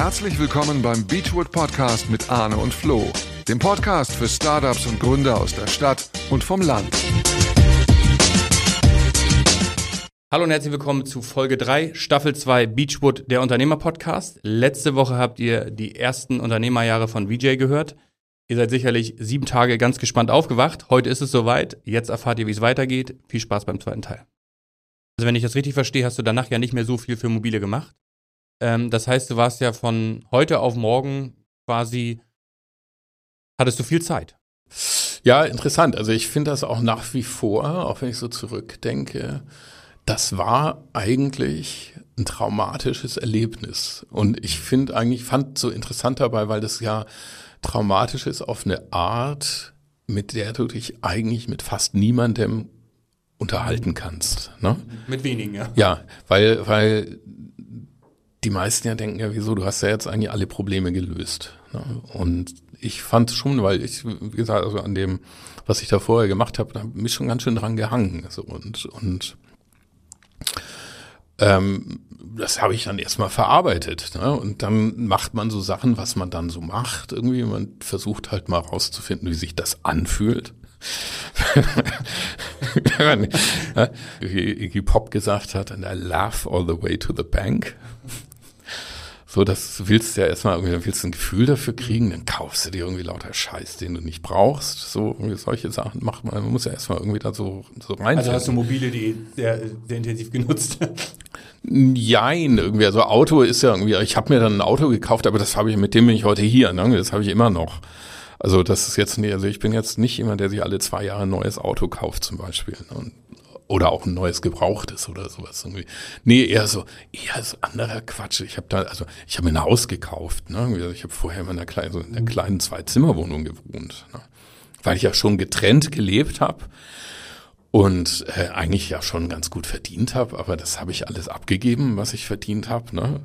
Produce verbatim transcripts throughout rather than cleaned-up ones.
Herzlich willkommen beim Beachwood Podcast mit Arne und Flo, dem Podcast für Startups und Gründer aus der Stadt und vom Land. Hallo und herzlich willkommen zu Folge drei, Staffel zwei Beachwood, der Unternehmer-Podcast. Letzte Woche habt ihr die ersten Unternehmerjahre von Vijay gehört. Ihr seid sicherlich sieben Tage ganz gespannt aufgewacht. Heute ist es soweit. Jetzt erfahrt ihr, wie es weitergeht. Viel Spaß beim zweiten Teil. Also wenn ich das richtig verstehe, hast du danach ja nicht mehr so viel für Mobile gemacht. Ähm, das heißt, du warst ja von heute auf morgen quasi, hattest du viel Zeit. Ja, interessant. Also ich finde das auch nach wie vor, auch wenn ich so zurückdenke, das war eigentlich ein traumatisches Erlebnis. Und ich finde eigentlich, fand so interessant dabei, weil das ja traumatisch ist auf eine Art, mit der du dich eigentlich mit fast niemandem unterhalten kannst. Ne? Mit wenigen, ja. Ja, weil, weil die meisten ja denken, ja wieso, du hast ja jetzt eigentlich alle Probleme gelöst. Ne? Und ich fand schon, weil ich, wie gesagt, also an dem, was ich da vorher gemacht habe, da habe ich mich schon ganz schön dran gehangen. So, und, und ähm, das habe ich dann erstmal verarbeitet. Ne? Und dann macht man so Sachen, was man dann so macht. Irgendwie, man versucht halt mal rauszufinden, wie sich das anfühlt. Wie Iggy Pop gesagt hat, and I laugh all the way to the bank. So, das willst du ja erstmal irgendwie, dann willst du ein Gefühl dafür kriegen, dann kaufst du dir irgendwie lauter Scheiß, den du nicht brauchst. So, irgendwie solche Sachen macht man, man muss ja erstmal irgendwie da so, so rein. Also hast du Mobile, die sehr, sehr intensiv genutzt? Jein, irgendwie, also Auto ist ja irgendwie, ich habe mir dann ein Auto gekauft, aber das habe ich, mit dem bin ich heute hier, ne? Das habe ich immer noch. Also das ist jetzt nicht, also ich bin jetzt nicht jemand, der sich alle zwei Jahre ein neues Auto kauft zum Beispiel. Ne? Und, oder auch ein neues Gebrauchtes oder sowas irgendwie. Nee, eher so, eher so anderer Quatsch. Ich habe da, also ich habe mir ein Haus gekauft. Ne? Ich habe vorher in einer kleinen, so in einer kleinen Zwei-Zimmer-Wohnung gewohnt. Ne? Weil ich ja schon getrennt gelebt habe und äh, eigentlich ja schon ganz gut verdient habe, aber das habe ich alles abgegeben, was ich verdient habe. Ne?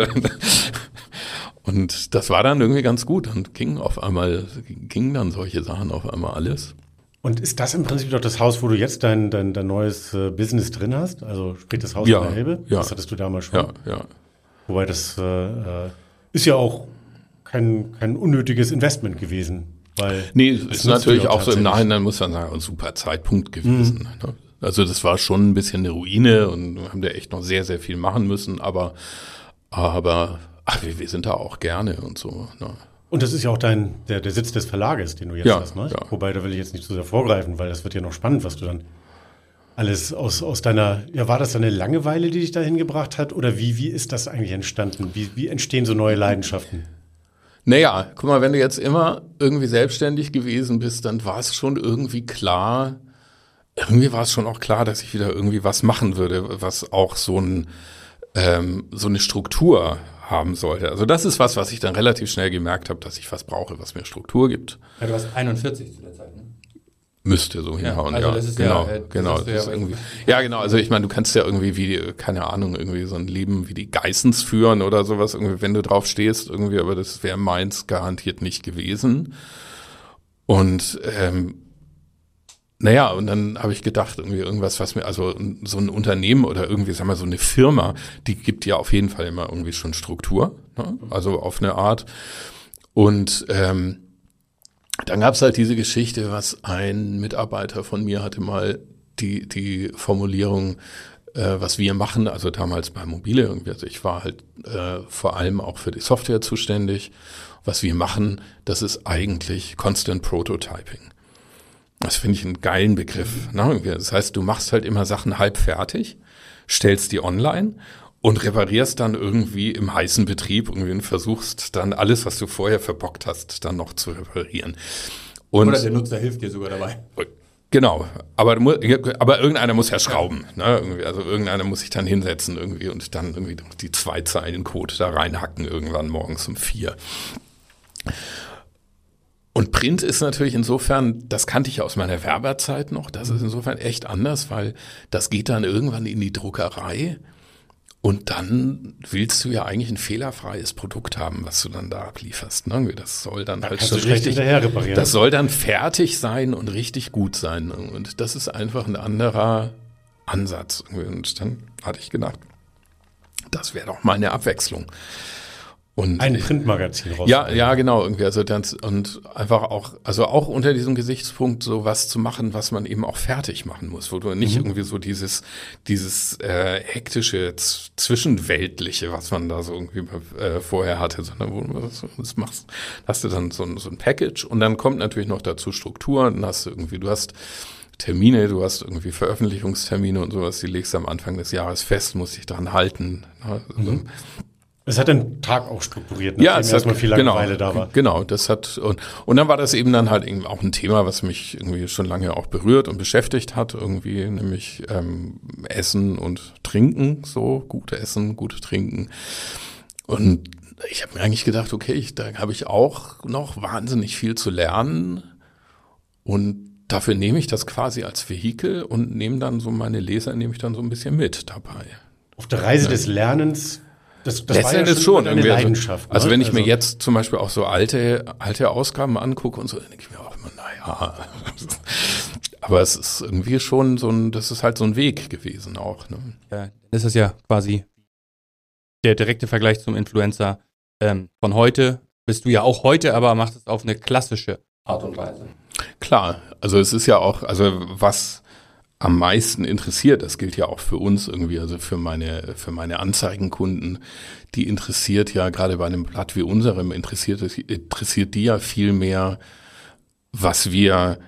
Und das war dann irgendwie ganz gut und ging auf einmal, gingen dann solche Sachen auf einmal alles. Und ist das im Prinzip doch das Haus, wo du jetzt dein, dein, dein neues äh, Business drin hast? Also sprich das Haus ja, an der Elbe? Ja. Das hattest du damals schon. Ja, ja. Wobei das äh, ist ja auch kein, kein unnötiges Investment gewesen. Weil nee, ist natürlich auch so im Nachhinein, muss man sagen, ein super Zeitpunkt gewesen. Mhm. Ne? Also das war schon ein bisschen eine Ruine und wir haben da echt noch sehr, sehr viel machen müssen, aber, aber ach, wir, wir sind da auch gerne und so. Ne? Und das ist ja auch dein, der, der Sitz des Verlages, den du jetzt ja, hast, ne? Ja. Wobei, da will ich jetzt nicht zu sehr vorgreifen, weil das wird ja noch spannend, was du dann alles aus, aus deiner, ja, war das deine Langeweile, die dich dahin gebracht hat? Oder wie, wie ist das eigentlich entstanden? Wie, wie entstehen so neue Leidenschaften? Naja, guck mal, wenn du jetzt immer irgendwie selbstständig gewesen bist, dann war es schon irgendwie klar, irgendwie war es schon auch klar, dass ich wieder irgendwie was machen würde, was auch so ein, ähm, so eine Struktur haben sollte. Also das ist was, was ich dann relativ schnell gemerkt habe, dass ich was brauche, was mir Struktur gibt. Ja, du warst einundvierzig zu der Zeit, ne? Müsste so hinhauen, ja. Also ja. das ist genau, ja, äh, genau. Das Das ist ja, irgendwie, ja, genau. Also ich meine, du kannst ja irgendwie wie, keine Ahnung, irgendwie so ein Leben wie die Geissens führen oder sowas, irgendwie, wenn du drauf stehst, irgendwie, aber das wäre meins garantiert nicht gewesen. Und ähm, naja, und dann habe ich gedacht, irgendwie irgendwas, was mir, also so ein Unternehmen oder irgendwie, sagen wir so eine Firma, die gibt ja auf jeden Fall immer irgendwie schon Struktur, ne? Also auf eine Art. Und ähm, dann gab es halt diese Geschichte, was ein Mitarbeiter von mir hatte mal die die Formulierung, äh, was wir machen, also damals bei Mobile irgendwie, also ich war halt äh, vor allem auch für die Software zuständig. Was wir machen, das ist eigentlich Constant Prototyping. Das finde ich einen geilen Begriff. Ne? Das heißt, du machst halt immer Sachen halb fertig, stellst die online und reparierst dann irgendwie im heißen Betrieb irgendwie und versuchst dann alles, was du vorher verbockt hast, dann noch zu reparieren. Und oder der Nutzer hilft dir sogar dabei. Genau, aber, aber irgendeiner muss ja schrauben. Ne? Irgendwie, also irgendeiner muss sich dann hinsetzen irgendwie und dann irgendwie die zwei Zeilen Code da reinhacken irgendwann morgens um vier. Und Print ist natürlich insofern, das kannte ich aus meiner Werberzeit noch, das ist insofern echt anders, weil das geht dann irgendwann in die Druckerei und dann willst du ja eigentlich ein fehlerfreies Produkt haben, was du dann da ablieferst. Ne? Das soll dann da halt schon richtig, hinterher reparieren. Das soll dann fertig sein und richtig gut sein. Und das ist einfach ein anderer Ansatz. Und dann hatte ich gedacht, das wäre doch mal eine Abwechslung. Und ein Printmagazin raus. Ja, ja, genau, irgendwie. Also dann, und einfach auch, also auch unter diesem Gesichtspunkt so was zu machen, was man eben auch fertig machen muss, wo du nicht mhm. irgendwie so dieses, dieses äh, hektische, z- zwischenweltliche, was man da so irgendwie äh, vorher hatte, sondern wo du das machst, hast du dann so ein, so ein Package und dann kommt natürlich noch dazu Struktur, dann hast du irgendwie, du hast Termine, du hast irgendwie Veröffentlichungstermine und sowas, die legst du am Anfang des Jahres fest, musst dich dran halten. Ne? Also, mhm. Es hat den Tag auch strukturiert, ja, es erstmal hat, viel Langeweile genau, da war. Genau, das hat und, und dann war das eben dann halt eben auch ein Thema, was mich irgendwie schon lange auch berührt und beschäftigt hat, irgendwie, nämlich ähm, Essen und Trinken, so gut Essen, gut Trinken. Und ich habe mir eigentlich gedacht, okay, ich, da habe ich auch noch wahnsinnig viel zu lernen und dafür nehme ich das quasi als Vehikel und nehme dann so meine Leser, nehme ich dann so ein bisschen mit dabei. Auf der Reise ja. des Lernens. Das, das war ja schon, schon eine Leidenschaft. Also, also ne? wenn ich also. mir jetzt zum Beispiel auch so alte, alte Ausgaben angucke und so, dann denke ich mir auch immer, naja. Aber es ist irgendwie schon so ein, das ist halt so ein Weg gewesen auch. Ne? Ja, das ist ja quasi der direkte Vergleich zum Influencer ähm, von heute. Bist du ja auch heute, aber machst es auf eine klassische Art und Weise. Klar, also es ist ja auch, also was am meisten interessiert, das gilt ja auch für uns irgendwie, also für meine, für meine Anzeigenkunden, die interessiert ja gerade bei einem Blatt wie unserem, interessiert, interessiert die ja viel mehr, was wir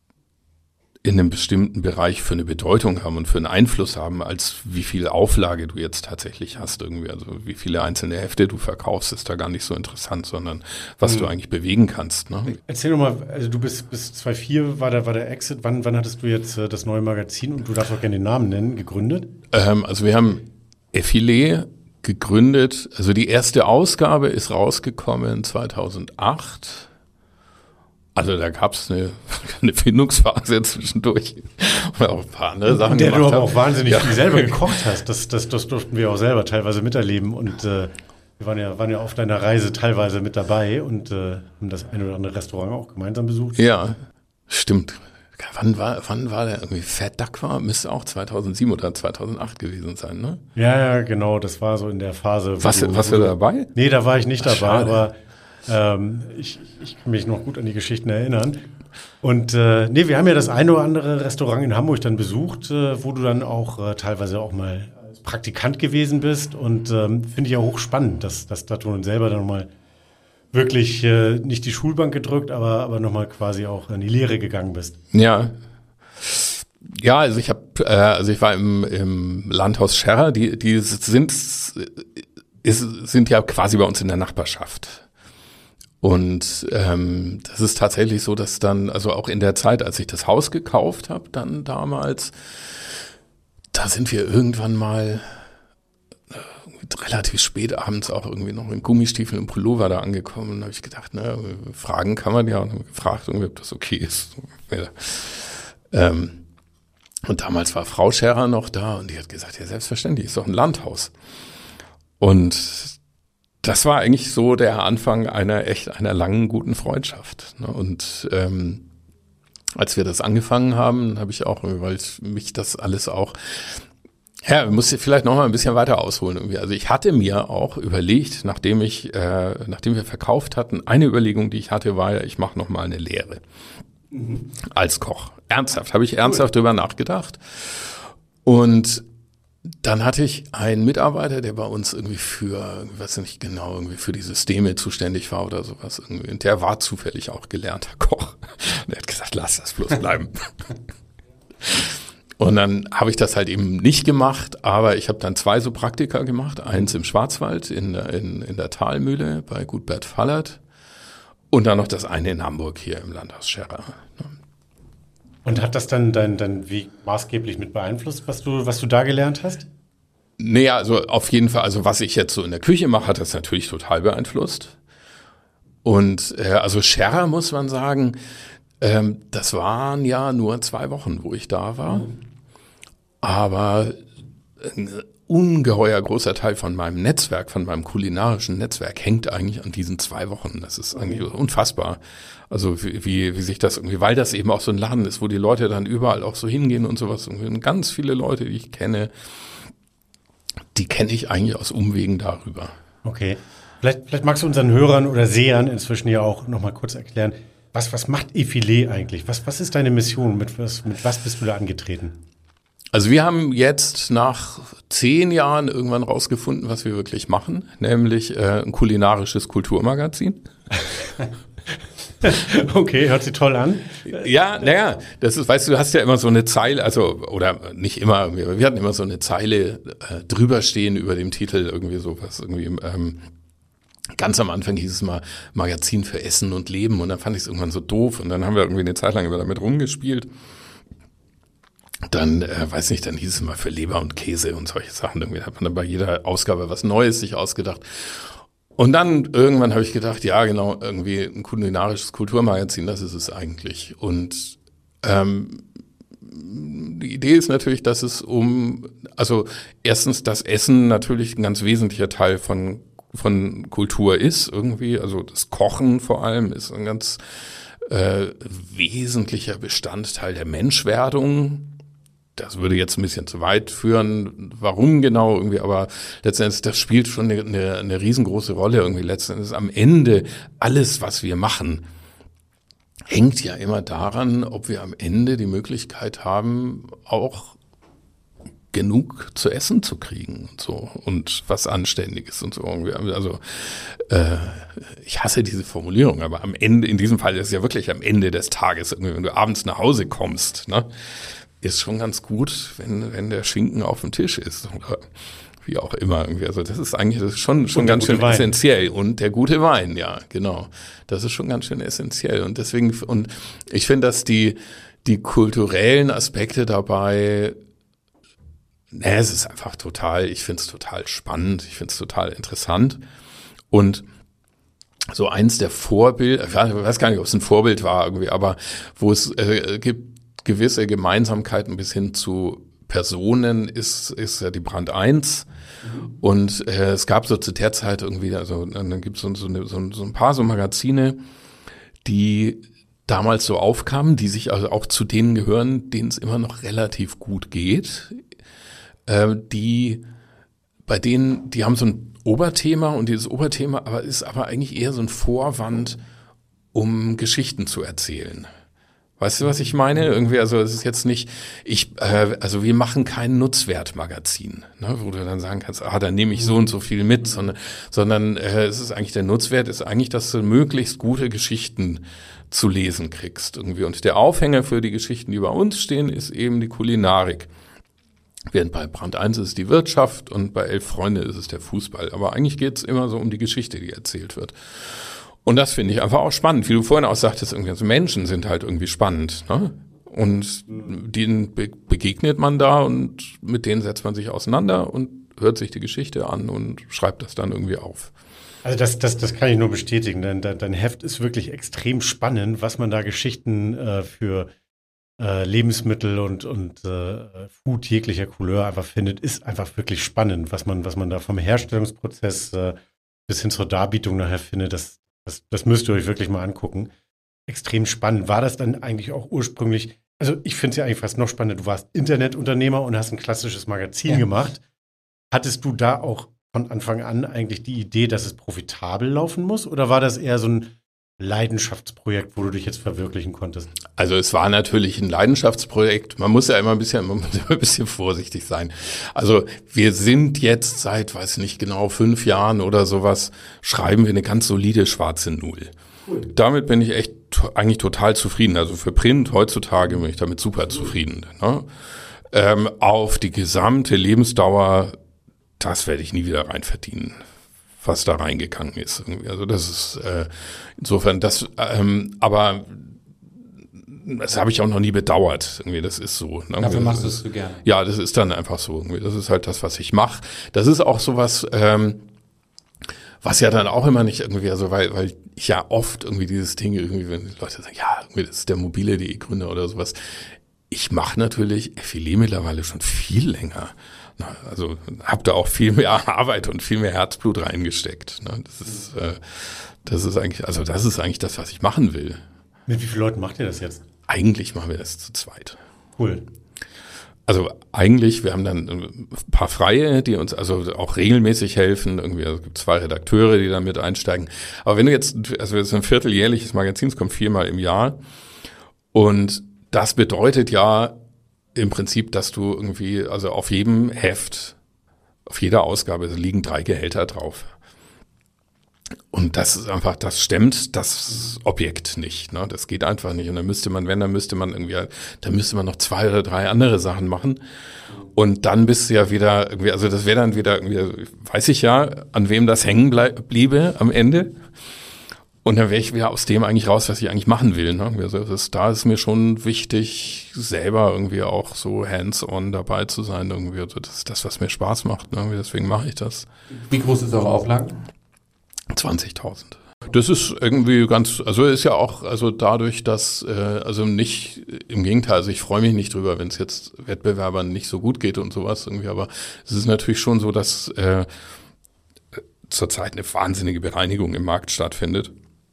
in einem bestimmten Bereich für eine Bedeutung haben und für einen Einfluss haben, als wie viel Auflage du jetzt tatsächlich hast irgendwie. Also wie viele einzelne Hefte du verkaufst, ist da gar nicht so interessant, sondern was hm. du eigentlich bewegen kannst. Ne? Erzähl doch mal, also du bist bis zweitausendvier war der, war der Exit. Wann, wann hattest du jetzt äh, das neue Magazin, und du darfst auch gerne den Namen nennen, gegründet? Ähm, also wir haben Effilé gegründet, also die erste Ausgabe ist rausgekommen zweitausendacht. Also da gab es eine, eine Findungsphase zwischendurch und auch ein paar andere Sachen in der gemacht du aber haben. auch wahnsinnig ja. viel selber gekocht hast. Das, das, das durften wir auch selber teilweise miterleben. Und äh, wir waren ja, waren ja auf deiner Reise teilweise mit dabei und äh, haben das ein oder andere Restaurant auch gemeinsam besucht. Ja, stimmt. Wann war, wann war der irgendwie Fat Duck war? Müsste auch zweitausendsieben oder zweitausendacht gewesen sein, ne? Ja, ja, genau. Das war so in der Phase. Warst du, warst du dabei? Nee, da war ich nicht Ach, dabei, schade. aber ähm, ich, ich kann mich noch gut an die Geschichten erinnern. Und äh, nee, wir haben ja das eine oder andere Restaurant in Hamburg dann besucht, äh, wo du dann auch äh, teilweise auch mal als Praktikant gewesen bist. Und ähm, finde ich ja hochspannend, dass, dass, dass du dann selber dann nochmal wirklich äh, nicht die Schulbank gedrückt, aber, aber nochmal quasi auch in die Lehre gegangen bist. Ja. Ja, also ich habe, äh, also ich war im, im Landhaus Scherrer, die, die sind, ist, sind ja quasi bei uns in der Nachbarschaft. Und ähm, das ist tatsächlich so, dass dann, also auch in der Zeit, als ich das Haus gekauft habe, dann damals, da sind wir irgendwann mal äh, relativ spät abends auch irgendwie noch in Gummistiefeln und Pullover da angekommen. Und da habe ich gedacht, ne, fragen kann man ja. Und habe gefragt, ob das okay ist. ähm, und damals war Frau Scherrer noch da und die hat gesagt, ja selbstverständlich, ist doch ein Landhaus. Und das war eigentlich so der Anfang einer echt einer langen, guten Freundschaft. Und ähm, als wir das angefangen haben, habe ich auch, weil mich das alles auch, ja, muss ich vielleicht noch mal ein bisschen weiter ausholen irgendwie. Also ich hatte mir auch überlegt, nachdem ich, äh, nachdem wir verkauft hatten, eine Überlegung, die ich hatte, war ja, ich mache noch mal eine Lehre mhm. als Koch. Ernsthaft, habe ich ernsthaft cool. drüber nachgedacht. Und dann hatte ich einen Mitarbeiter, der bei uns irgendwie für, ich weiß nicht genau, irgendwie für die Systeme zuständig war oder sowas. Irgendwie. Und der war zufällig auch gelernter Koch. Und er hat gesagt, lass das bloß bleiben. Und dann habe ich das halt eben nicht gemacht, aber ich habe dann zwei so Praktika gemacht. Eins im Schwarzwald in, in, in der Talmühle bei Gutbert Fallert und dann noch das eine in Hamburg hier im Landhaus Scherrer. Und hat das dann dein, dein Weg maßgeblich mit beeinflusst, was du, was du da gelernt hast? Naja, also auf jeden Fall, also was ich jetzt so in der Küche mache, hat das natürlich total beeinflusst. Und äh, also Scherrer muss man sagen, ähm, das waren ja nur zwei Wochen, wo ich da war. Mhm. Aber ein ungeheuer großer Teil von meinem Netzwerk, von meinem kulinarischen Netzwerk hängt eigentlich an diesen zwei Wochen. Das ist eigentlich unfassbar. Also wie, wie, wie sich das irgendwie, weil das eben auch so ein Laden ist, wo die Leute dann überall auch so hingehen und sowas. Und ganz viele Leute, die ich kenne, die kenne ich eigentlich aus Umwegen darüber. Okay. Vielleicht, vielleicht magst du unseren Hörern oder Sehern inzwischen ja auch noch mal kurz erklären, was, was macht Effilé eigentlich? Was, was ist deine Mission? Mit was, mit was bist du da angetreten? Also wir haben jetzt nach zehn Jahren irgendwann rausgefunden, was wir wirklich machen, nämlich äh, ein kulinarisches Kulturmagazin. Okay, hört sich toll an. Ja, naja, das ist, weißt du, du hast ja immer so eine Zeile, also, oder nicht immer, aber wir hatten immer so eine Zeile äh, drüber stehen über dem Titel, irgendwie sowas, irgendwie, ähm, ganz am Anfang hieß es mal Magazin für Essen und Leben und dann fand ich es irgendwann so doof und dann haben wir irgendwie eine Zeit lang immer damit rumgespielt. Dann, äh, weiß nicht, dann hieß es mal für Leber und Käse und solche Sachen. Irgendwie hat man dann bei jeder Ausgabe was Neues sich ausgedacht. Und dann irgendwann habe ich gedacht, ja genau, irgendwie ein kulinarisches Kulturmagazin, das ist es eigentlich. Und ähm, die Idee ist natürlich, dass es um, also erstens, das Essen natürlich ein ganz wesentlicher Teil von von Kultur ist irgendwie, also das Kochen vor allem ist ein ganz äh, wesentlicher Bestandteil der Menschwerdung. Das würde jetzt ein bisschen zu weit führen, warum genau irgendwie, aber letztendlich, das spielt schon eine, eine, eine riesengroße Rolle irgendwie. Letztendlich am Ende, alles, was wir machen, hängt ja immer daran, ob wir am Ende die Möglichkeit haben, auch genug zu essen zu kriegen und so und was Anständiges und so irgendwie. Also äh, ich hasse diese Formulierung, aber am Ende, in diesem Fall ist es ja wirklich am Ende des Tages, irgendwie, wenn du abends nach Hause kommst, ne, ist schon ganz gut, wenn wenn der Schinken auf dem Tisch ist oder wie auch immer irgendwie. Also das ist eigentlich, das ist schon schon ganz schön Wein. essentiell und der gute Wein, ja genau. Das ist schon ganz schön essentiell und deswegen und ich finde, dass die die kulturellen Aspekte dabei Nee, es ist einfach total, ich finde es total spannend, ich finde es total interessant und so eins der Vorbilder, ich weiß gar nicht, ob es ein Vorbild war irgendwie, aber wo es äh, gibt gewisse Gemeinsamkeiten bis hin zu Personen, ist ist ja die Brand eins mhm. und äh, es gab so zu der Zeit irgendwie, also dann gibt es so, so, eine, so, so ein paar so Magazine, die damals so aufkamen, die sich also auch zu denen gehören, denen es immer noch relativ gut geht. Die, bei denen, die haben so ein Oberthema und dieses Oberthema aber ist aber eigentlich eher so ein Vorwand, um Geschichten zu erzählen. Weißt du, was ich meine? Irgendwie, also es ist jetzt nicht, ich, äh, also wir machen kein Nutzwertmagazin, ne, wo du dann sagen kannst, ah, da nehme ich so und so viel mit, sondern, sondern äh, es ist eigentlich der Nutzwert, ist eigentlich, dass du möglichst gute Geschichten zu lesen kriegst irgendwie. Und der Aufhänger für die Geschichten, die bei uns stehen, ist eben die Kulinarik. Während bei Brand eins ist es die Wirtschaft und bei Elf Freunde ist es der Fußball. Aber eigentlich geht es immer so um die Geschichte, die erzählt wird. Und das finde ich einfach auch spannend. Wie du vorhin auch sagtest, irgendwie, also Menschen sind halt irgendwie spannend, ne? Und denen be- begegnet man da und mit denen setzt man sich auseinander und hört sich die Geschichte an und schreibt das dann irgendwie auf. Also das, das, das kann ich nur bestätigen, denn dein Heft ist wirklich extrem spannend, was man da Geschichten äh, für Äh, Lebensmittel und, und äh, Food jeglicher Couleur einfach findet, ist einfach wirklich spannend, was man, was man da vom Herstellungsprozess äh, bis hin zur Darbietung nachher findet. Das, das, das müsst ihr euch wirklich mal angucken. Extrem spannend. War das dann eigentlich auch ursprünglich, also ich finde es ja eigentlich fast noch spannender, du warst Internetunternehmer und hast ein klassisches Magazin ja. gemacht. Hattest du da auch von Anfang an eigentlich die Idee, dass es profitabel laufen muss? Oder war das eher so ein Leidenschaftsprojekt, wo du dich jetzt verwirklichen konntest? Also es war natürlich ein Leidenschaftsprojekt. Man muss ja immer ein bisschen, man muss immer ein bisschen vorsichtig sein. Also wir sind jetzt seit, weiß nicht genau, fünf Jahren oder sowas, schreiben wir eine ganz solide schwarze Null. Cool. Damit bin ich echt eigentlich total zufrieden. Also für Print heutzutage bin ich damit super zufrieden. Ne? Ähm, auf die gesamte Lebensdauer, das werde ich nie wieder rein verdienen, was da reingegangen ist. Irgendwie. Also das ist äh, insofern das, ähm, aber das habe ich auch noch nie bedauert. Irgendwie, das ist so. Ne? Dafür machst du es so gerne. Ja, das ist dann einfach so. Irgendwie. Das ist halt das, was ich mache. Das ist auch sowas, ähm, was ja dann auch immer nicht irgendwie, also weil, weil ich ja oft irgendwie dieses Ding irgendwie, wenn Leute sagen, ja, irgendwie das ist der mobile punkt de Gründer oder sowas. Ich mache natürlich Effilé mittlerweile schon viel länger. Also habe da auch viel mehr Arbeit und viel mehr Herzblut reingesteckt. Das ist, äh, das ist eigentlich, also das ist eigentlich das, was ich machen will. Mit wie vielen Leuten macht ihr das jetzt? Eigentlich machen wir das zu zweit. Cool. Also eigentlich, wir haben dann ein paar Freie, die uns also auch regelmäßig helfen. Irgendwie, also es gibt zwei Redakteure, die da mit einsteigen. Aber wenn du jetzt, also es ist ein vierteljährliches Magazin, es kommt viermal im Jahr. Und das bedeutet ja im Prinzip, dass du irgendwie, also auf jedem Heft, auf jeder Ausgabe liegen drei Gehälter drauf. Und das ist einfach, das stemmt das Objekt nicht, ne? Das geht einfach nicht. Und dann müsste man, wenn, dann müsste man irgendwie, dann müsste man noch zwei oder drei andere Sachen machen. Und dann bist du ja wieder irgendwie, also das wäre dann wieder irgendwie, weiß ich ja, an wem das hängen bleib, bliebe am Ende. Und dann wäre ich wieder aus dem eigentlich raus, was ich eigentlich machen will, ne? Also das, da ist mir schon wichtig, selber irgendwie auch so hands-on dabei zu sein irgendwie. Also das ist das, was mir Spaß macht, ne? Deswegen mache ich das. Wie groß ist eure Auflage? zwanzigtausend. Das ist irgendwie ganz, also ist ja auch, also dadurch, dass, äh, also nicht, im Gegenteil, also ich freue mich nicht drüber, wenn es jetzt Wettbewerbern nicht so gut geht und sowas irgendwie, aber es ist natürlich schon so, dass äh, zurzeit eine wahnsinnige Bereinigung im Markt stattfindet.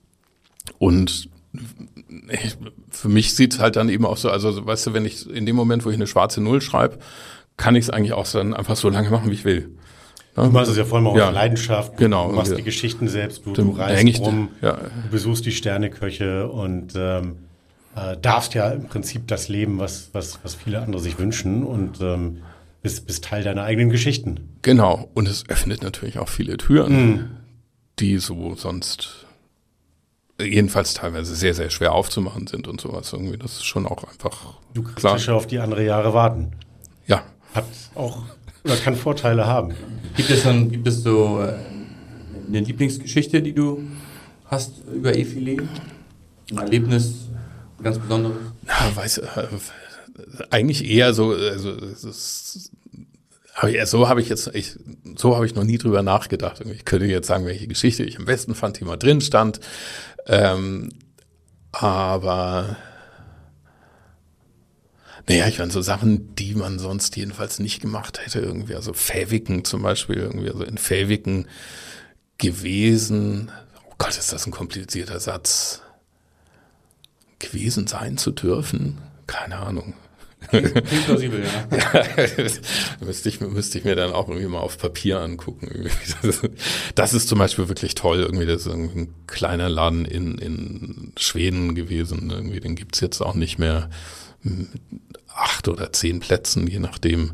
Und ich, für mich sieht es halt dann eben auch so, also weißt du, wenn ich in dem Moment, wo ich eine schwarze Null schreibe, kann ich es eigentlich auch dann einfach so lange machen, wie ich will. Du machst es ja vor allem auch ja, aus Leidenschaft, genau, du machst ja. die Geschichten selbst, du, Dann du reist häng ich- rum, ja. du besuchst die Sterneköche und ähm, äh, darfst ja im Prinzip das leben, was, was, was viele andere sich wünschen und ähm, bist, bist Teil deiner eigenen Geschichten. Genau, und es öffnet natürlich auch viele Türen, Mhm. die so sonst jedenfalls teilweise sehr, sehr schwer aufzumachen sind und sowas irgendwie. Das ist schon auch einfach Du kannst klar. ja schon auf die andere Jahre warten. Ja, Hat auch, oder kann Vorteile haben. Gibt es dann, gibt es so äh, eine Lieblingsgeschichte, die du hast über E-Filet? Ein Erlebnis, ein ganz besonderes? na, weiß, äh, eigentlich eher so, also es ist, hab ich, so habe ich jetzt, ich, so habe ich noch nie drüber nachgedacht. Ich könnte jetzt sagen, welche Geschichte ich am besten fand, die mal drin stand. Ähm, aber naja, ich meine, so Sachen, die man sonst jedenfalls nicht gemacht hätte, irgendwie, also Fäviken zum Beispiel, irgendwie, also in Fäviken gewesen, oh Gott, ist das ein komplizierter Satz, gewesen sein zu dürfen, keine Ahnung. Klingt plausibel, ja. müsste ich, müsste ich mir dann auch irgendwie mal auf Papier angucken. Irgendwie. Das ist, das ist zum Beispiel wirklich toll. Irgendwie, das ist irgendwie ein kleiner Laden in, in Schweden gewesen. Irgendwie, den gibt's jetzt auch nicht mehr. Mit acht oder zehn Plätzen, je nachdem.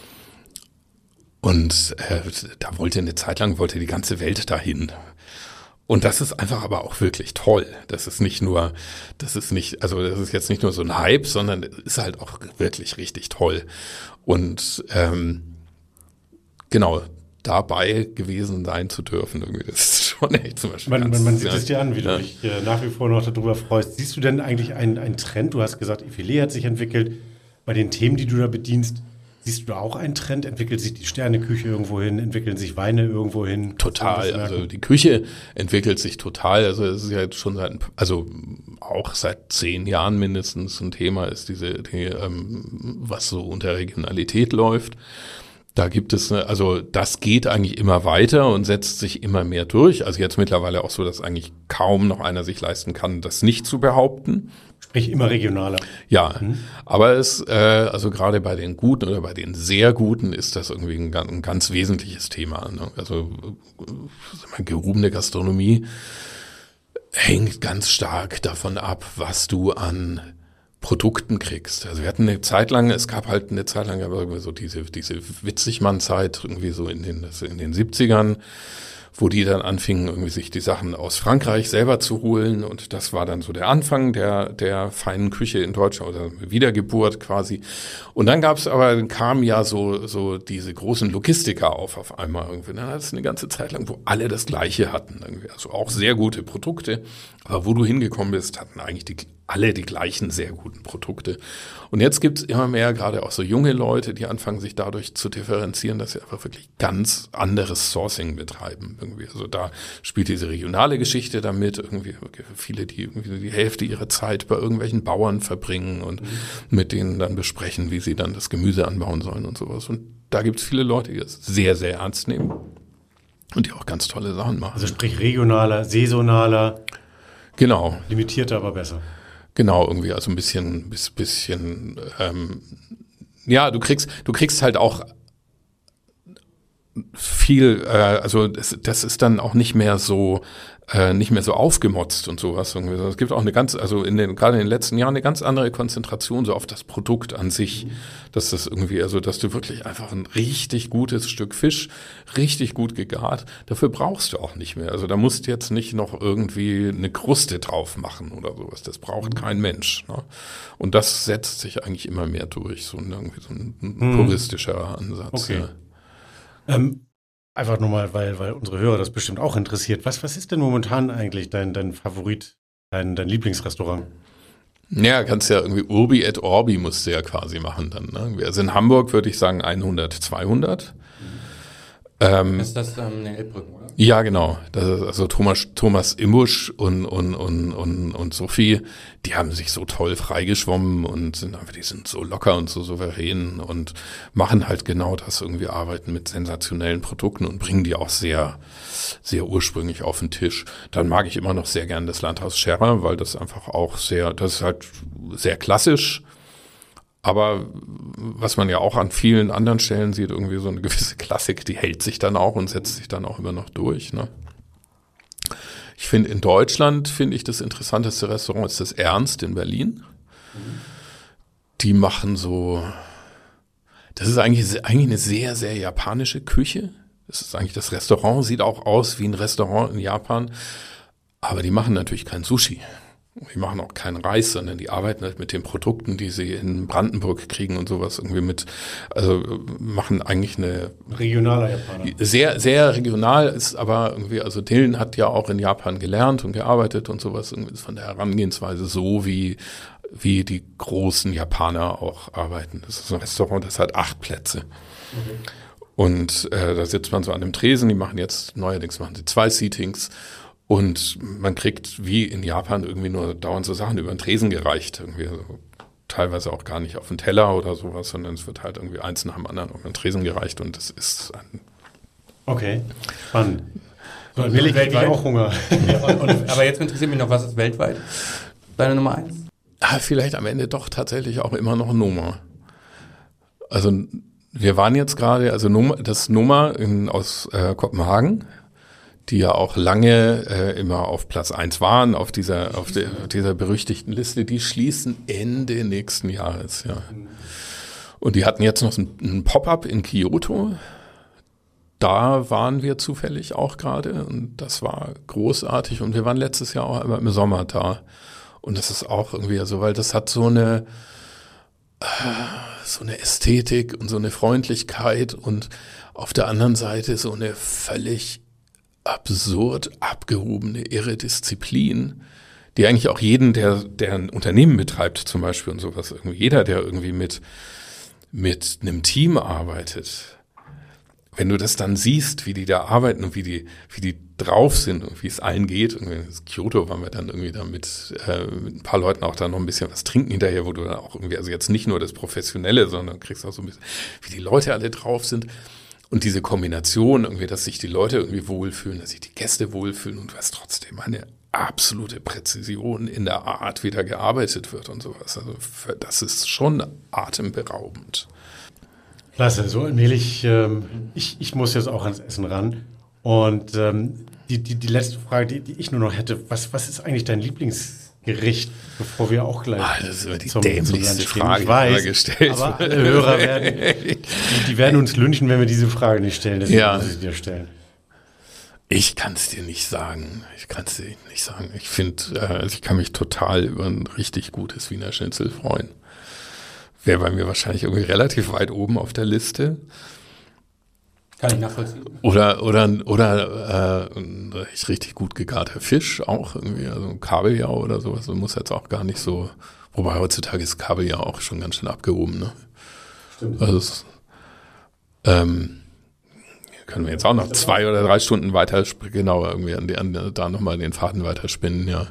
Und äh, da wollte eine Zeit lang, wollte die ganze Welt dahin. Und das ist einfach aber auch wirklich toll. Das ist nicht nur, das ist nicht, also das ist jetzt nicht nur so ein Hype, sondern es ist halt auch wirklich richtig toll. Und ähm, genau, dabei gewesen sein zu dürfen, irgendwie, das ist schon echt zum Beispiel. Man, ganz, man, man sieht ja, es dir an, wie du ja. dich äh, nach wie vor noch darüber freust. Siehst du denn eigentlich einen, einen Trend? Du hast gesagt, E-Filet hat sich entwickelt. Bei den Themen, die du da bedienst, siehst du da auch einen Trend? Entwickelt sich die Sterneküche irgendwo hin? Entwickeln sich Weine irgendwo hin? Total, also die Küche entwickelt sich total, also es ist ja jetzt schon seit, also auch seit zehn Jahren mindestens ein Thema ist diese, die, ähm, was so unter Regionalität läuft. Da gibt es, eine, also das geht eigentlich immer weiter und setzt sich immer mehr durch. Also jetzt mittlerweile auch so, dass eigentlich kaum noch einer sich leisten kann, das nicht zu behaupten. Sprich immer regionaler. Ja, mhm. aber es, äh, also gerade bei den Guten oder bei den sehr Guten ist das irgendwie ein, ein ganz wesentliches Thema. Ne? Also äh, gehobene Gastronomie hängt ganz stark davon ab, was du an Produkten kriegst. Also wir hatten eine Zeit lang, es gab halt eine Zeit lang aber so diese, diese Witzigmann-Zeit, irgendwie so in den, in den siebzigern, wo die dann anfingen, irgendwie sich die Sachen aus Frankreich selber zu holen. Und das war dann so der Anfang der, der feinen Küche in Deutschland oder Wiedergeburt quasi. Und dann gab es aber, dann kamen ja so, so diese großen Logistiker auf auf einmal irgendwie. Dann hat es eine ganze Zeit lang, wo alle das Gleiche hatten. Irgendwie. Also auch sehr gute Produkte. Aber wo du hingekommen bist, hatten eigentlich die alle die gleichen sehr guten Produkte. Und jetzt gibt es immer mehr, gerade auch so junge Leute, die anfangen, sich dadurch zu differenzieren, dass sie einfach wirklich ganz anderes Sourcing betreiben. Irgendwie. Also da spielt diese regionale Geschichte damit. Irgendwie viele, die irgendwie die Hälfte ihrer Zeit bei irgendwelchen Bauern verbringen und mhm. mit denen dann besprechen, wie sie dann das Gemüse anbauen sollen und sowas. Und da gibt es viele Leute, die das sehr, sehr ernst nehmen und die auch ganz tolle Sachen machen. Also sprich regionaler, saisonaler, genau. Limitierter, aber besser. Genau, irgendwie, also ein bisschen, bisschen ähm, ja, du kriegst, du kriegst halt auch viel, äh, also das, das ist dann auch nicht mehr so, äh, nicht mehr so aufgemotzt und sowas. Irgendwie. Es gibt auch eine ganz, also in den, gerade in den letzten Jahren eine ganz andere Konzentration so auf das Produkt an sich. Mhm. Dass das irgendwie, also dass du wirklich einfach ein richtig gutes Stück Fisch, richtig gut gegart, dafür brauchst du auch nicht mehr. Also da musst du jetzt nicht noch irgendwie eine Kruste drauf machen oder sowas. Das braucht mhm. kein Mensch. Ne? Und das setzt sich eigentlich immer mehr durch, so ein, irgendwie so ein, ein mhm. puristischer Ansatz. Okay. Ja. Ähm, einfach nur mal, weil, weil unsere Hörer das bestimmt auch interessiert. Was, was ist denn momentan eigentlich dein, dein Favorit, dein, dein Lieblingsrestaurant? Ja, kannst ja irgendwie Urbi et Orbi musst du ja quasi machen dann. Ne? Also in Hamburg würde ich sagen hundert, zweihundert. Ähm, ist das ähm, in Elbbrücken, oder? Ja, genau. Das ist also Thomas, Thomas Imbusch und, und, und, und, und Sophie, die haben sich so toll freigeschwommen und sind einfach, die sind so locker und so souverän und machen halt genau das, irgendwie arbeiten mit sensationellen Produkten und bringen die auch sehr, sehr ursprünglich auf den Tisch. Dann mag ich immer noch sehr gern das Landhaus Scherrer, weil das einfach auch sehr, das ist halt sehr klassisch. Aber was man ja auch an vielen anderen Stellen sieht, irgendwie so eine gewisse Klassik, die hält sich dann auch und setzt sich dann auch immer noch durch. Ne? Ich finde, in Deutschland finde ich das interessanteste Restaurant ist das Ernst in Berlin. Mhm. Die machen so, das ist eigentlich, eigentlich eine sehr, sehr japanische Küche. Das ist eigentlich, das Restaurant sieht auch aus wie ein Restaurant in Japan, aber die machen natürlich kein Sushi. Die machen auch keinen Reis, sondern die arbeiten halt mit den Produkten, die sie in Brandenburg kriegen und sowas irgendwie mit, also machen eigentlich eine regionaler Japaner. Sehr, sehr regional ist aber irgendwie, also Dylan hat ja auch in Japan gelernt und gearbeitet und sowas, irgendwie von der Herangehensweise so wie, wie die großen Japaner auch arbeiten. Das ist ein Restaurant, das hat acht Plätze. Okay. Und äh, da sitzt man so an dem Tresen, die machen jetzt, neuerdings machen sie zwei Seatings. Und man kriegt wie in Japan irgendwie nur dauernd so Sachen über den Tresen gereicht. Irgendwie also teilweise auch gar nicht auf den Teller oder sowas, sondern es wird halt irgendwie eins nach dem anderen über den Tresen gereicht und das ist ein Okay, spannend. So, so will ich auch Hunger. Ja, und, und, aber jetzt interessiert mich noch, was ist weltweit deine Nummer eins? Ah, vielleicht am Ende doch tatsächlich auch immer noch Noma. Also wir waren jetzt gerade, also Noma, das Noma in, aus äh, Kopenhagen, die ja auch lange äh, immer auf Platz eins waren, auf dieser, auf der, dieser berüchtigten Liste, die schließen Ende nächsten Jahres, ja. Und die hatten jetzt noch ein, ein Pop-up in Kyoto. Da waren wir zufällig auch gerade und das war großartig und wir waren letztes Jahr auch immer im Sommer da. Und das ist auch irgendwie so, weil das hat so eine, äh, so eine Ästhetik und so eine Freundlichkeit und auf der anderen Seite so eine völlig absurd abgehobene, irre Disziplin, die eigentlich auch jeden, der, der ein Unternehmen betreibt zum Beispiel und sowas, irgendwie jeder, der irgendwie mit, mit einem Team arbeitet, wenn du das dann siehst, wie die da arbeiten und wie die, wie die drauf sind und wie es allen geht, und in Kyoto waren wir dann irgendwie da mit, äh, mit ein paar Leuten auch da noch ein bisschen was trinken hinterher, wo du dann auch irgendwie, also jetzt nicht nur das Professionelle, sondern kriegst auch so ein bisschen, wie die Leute alle drauf sind. Und diese Kombination irgendwie, dass sich die Leute irgendwie wohlfühlen, dass sich die Gäste wohlfühlen und was trotzdem eine absolute Präzision in der Art, wie da gearbeitet wird und sowas. Also das ist schon atemberaubend. Klasse, so allmählich, ähm, ich, ich muss jetzt auch ans Essen ran. Und ähm, die, die, die letzte Frage, die, die ich nur noch hätte, was, was ist eigentlich dein Lieblingsgericht, bevor wir auch gleich ah, das ist immer die zum, dämlichste zum Frage, ich weiß, die gestellt aber alle Hörer werden, die, die werden uns lynchen, wenn wir diese Frage nicht stellen. Deswegen ja. muss ich dir stellen. Ich kann es dir nicht sagen. Ich kann es dir nicht sagen. Ich finde, äh, also ich kann mich total über ein richtig gutes Wiener Schnitzel freuen. Wäre bei mir wahrscheinlich irgendwie relativ weit oben auf der Liste. Kann ich nachvollziehen. Oder, oder, oder äh, ein richtig gut gegarter Fisch auch irgendwie, also ein Kabeljau oder sowas. Das muss jetzt auch gar nicht so, wobei heutzutage ist Kabeljau auch schon ganz schön abgehoben, ne? Stimmt. Also es, ähm, können wir jetzt auch noch zwei oder drei Stunden weiter, genau, irgendwie an, die, an da nochmal den Faden weiterspinnen, ja.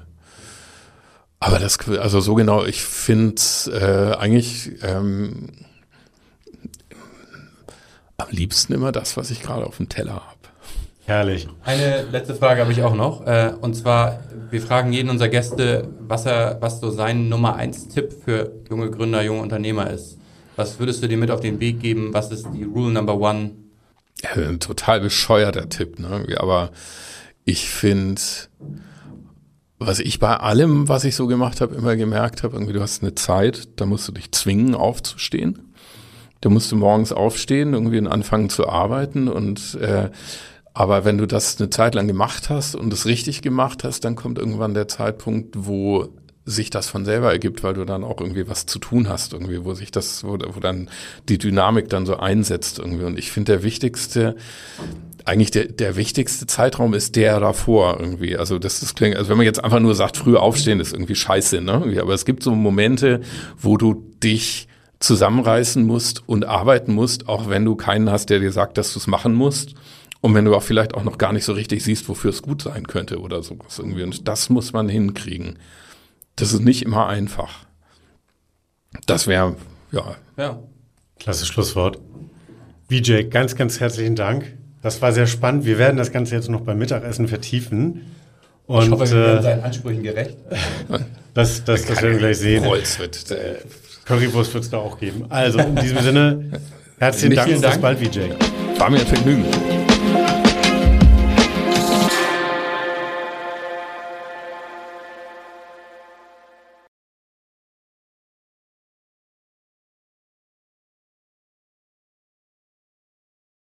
Aber das, also so genau, ich finde es äh, eigentlich ähm, am liebsten immer das, was ich gerade auf dem Teller habe. Herrlich. Eine letzte Frage habe ich auch noch. Äh, und zwar, wir fragen jeden unserer Gäste, was er, was so sein Nummer eins Tipp für junge Gründer, junge Unternehmer ist. Was würdest du dir mit auf den Weg geben? Was ist die Rule Number One? Ja, ein total bescheuerter Tipp, ne? Aber ich finde, was ich bei allem, was ich so gemacht habe, immer gemerkt habe, irgendwie du hast eine Zeit, da musst du dich zwingen, aufzustehen. Da musst du morgens aufstehen, irgendwie und anfangen zu arbeiten. Und äh, aber wenn du das eine Zeit lang gemacht hast und es richtig gemacht hast, dann kommt irgendwann der Zeitpunkt, wo sich das von selber ergibt, weil du dann auch irgendwie was zu tun hast, irgendwie, wo sich das, wo, wo dann die Dynamik dann so einsetzt irgendwie. Und ich finde, der wichtigste, eigentlich der, der wichtigste Zeitraum ist der davor irgendwie. Also das ist, also wenn man jetzt einfach nur sagt, früh aufstehen, ist irgendwie scheiße, ne? Aber es gibt so Momente, wo du dich zusammenreißen musst und arbeiten musst, auch wenn du keinen hast, der dir sagt, dass du es machen musst. Und wenn du auch vielleicht auch noch gar nicht so richtig siehst, wofür es gut sein könnte oder sowas irgendwie. Und das muss man hinkriegen. Das ist nicht immer einfach. Das wäre, ja. Ja. Klasse Schlusswort. Vijay, ganz, ganz herzlichen Dank. Das war sehr spannend. Wir werden das Ganze jetzt noch beim Mittagessen vertiefen. Und, ich hoffe, wir werden äh, seinen Ansprüchen gerecht. Das, das, das werden wir gleich sehen. Rolls wird. Currywurst wird es da auch geben. Also, in diesem Sinne, herzlichen Dank und bis bald, Vijay. War mir ein Vergnügen.